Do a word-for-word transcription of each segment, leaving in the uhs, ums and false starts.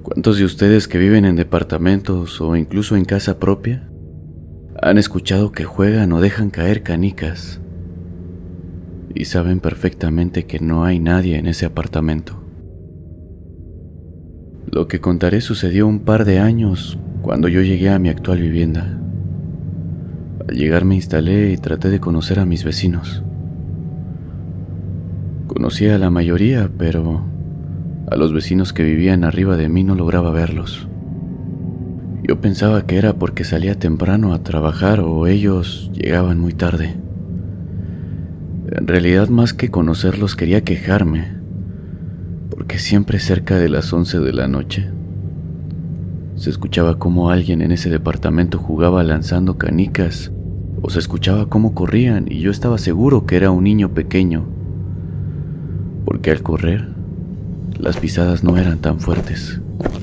¿Cuántos de ustedes que viven en departamentos o incluso en casa propia han escuchado que juegan o dejan caer canicas y saben perfectamente que no hay nadie en ese apartamento? Lo que contaré sucedió un par de años cuando yo llegué a mi actual vivienda. Al llegar me instalé y traté de conocer a mis vecinos. Conocía a la mayoría, pero a los vecinos que vivían arriba de mí no lograba verlos. Yo pensaba que era porque salía temprano a trabajar o ellos llegaban muy tarde. En realidad, más que conocerlos, quería quejarme, porque siempre cerca de las once de la noche se escuchaba cómo alguien en ese departamento jugaba lanzando canicas, o se escuchaba cómo corrían, y yo estaba seguro que era un niño pequeño, porque al correr las pisadas no eran tan fuertes.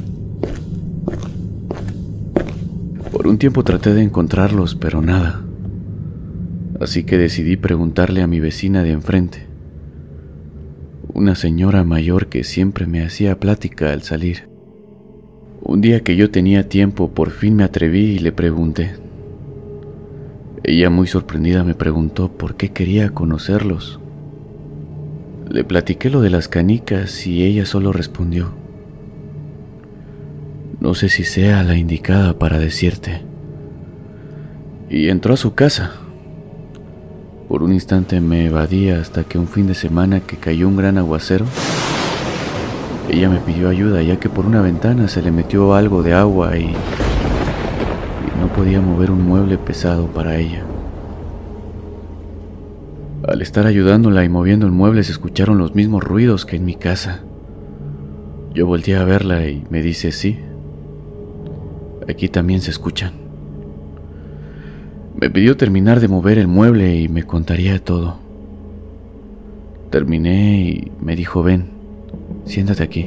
Por un tiempo traté de encontrarlos, pero nada. Así que decidí preguntarle a mi vecina de enfrente, una señora mayor que siempre me hacía plática al salir. Un día que yo tenía tiempo, por fin me atreví y le pregunté. Ella, muy sorprendida, me preguntó por qué quería conocerlos. Le platiqué lo de las canicas y ella solo respondió: no sé si sea la indicada para decirte. Y entró a su casa. Por un instante me evadí hasta que un fin de semana que cayó un gran aguacero, ella me pidió ayuda, ya que por una ventana se le metió algo de agua y, y no podía mover un mueble pesado para ella. Al estar ayudándola y moviendo el mueble se escucharon los mismos ruidos que en mi casa. Yo volteé a verla y me dice: sí, aquí también se escuchan. Me pidió terminar de mover el mueble y me contaría todo. Terminé y me dijo: ven, siéntate aquí.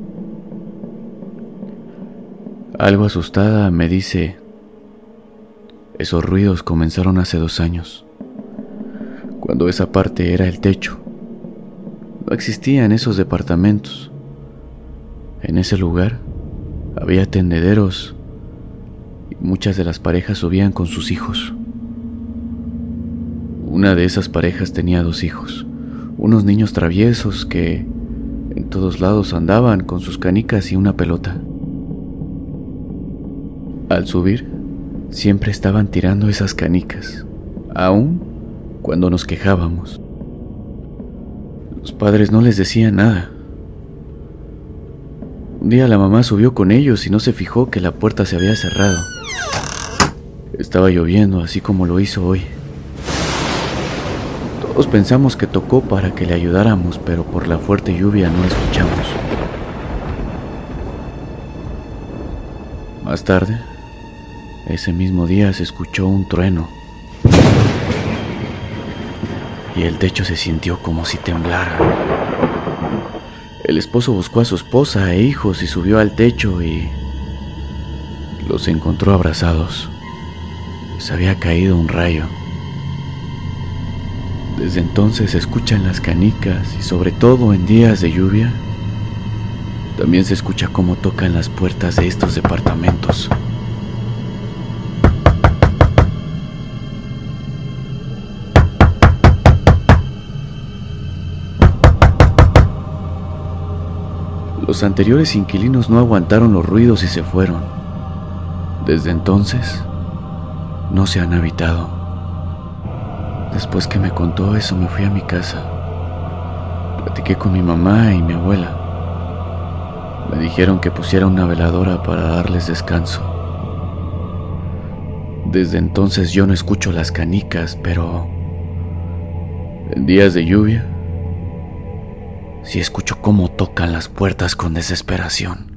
Algo asustada me dice: esos ruidos comenzaron hace dos años, cuando esa parte era el techo. No existían esos departamentos. En ese lugar había tendederos y muchas de las parejas subían con sus hijos. Una de esas parejas tenía dos hijos, unos niños traviesos que en todos lados andaban con sus canicas y una pelota. Al subir, siempre estaban tirando esas canicas, aún cuando nos quejábamos. Los padres no les decían nada. Un día la mamá subió con ellos y no se fijó que la puerta se había cerrado. Estaba lloviendo, así como lo hizo hoy. Todos pensamos que tocó para que le ayudáramos, pero por la fuerte lluvia no escuchamos. Más tarde, ese mismo día, se escuchó un trueno y el techo se sintió como si temblara. El esposo buscó a su esposa e hijos y subió al techo y los encontró abrazados. Les había caído un rayo. Desde entonces se escuchan las canicas y, sobre todo en días de lluvia, también se escucha cómo tocan las puertas de estos departamentos. Los anteriores inquilinos no aguantaron los ruidos y se fueron. Desde entonces, no se han habitado. Después que me contó eso, me fui a mi casa. Platiqué con mi mamá y mi abuela. Me dijeron que pusiera una veladora para darles descanso. Desde entonces yo no escucho las canicas, pero en días de lluvia sí escucho cómo tocan las puertas con desesperación.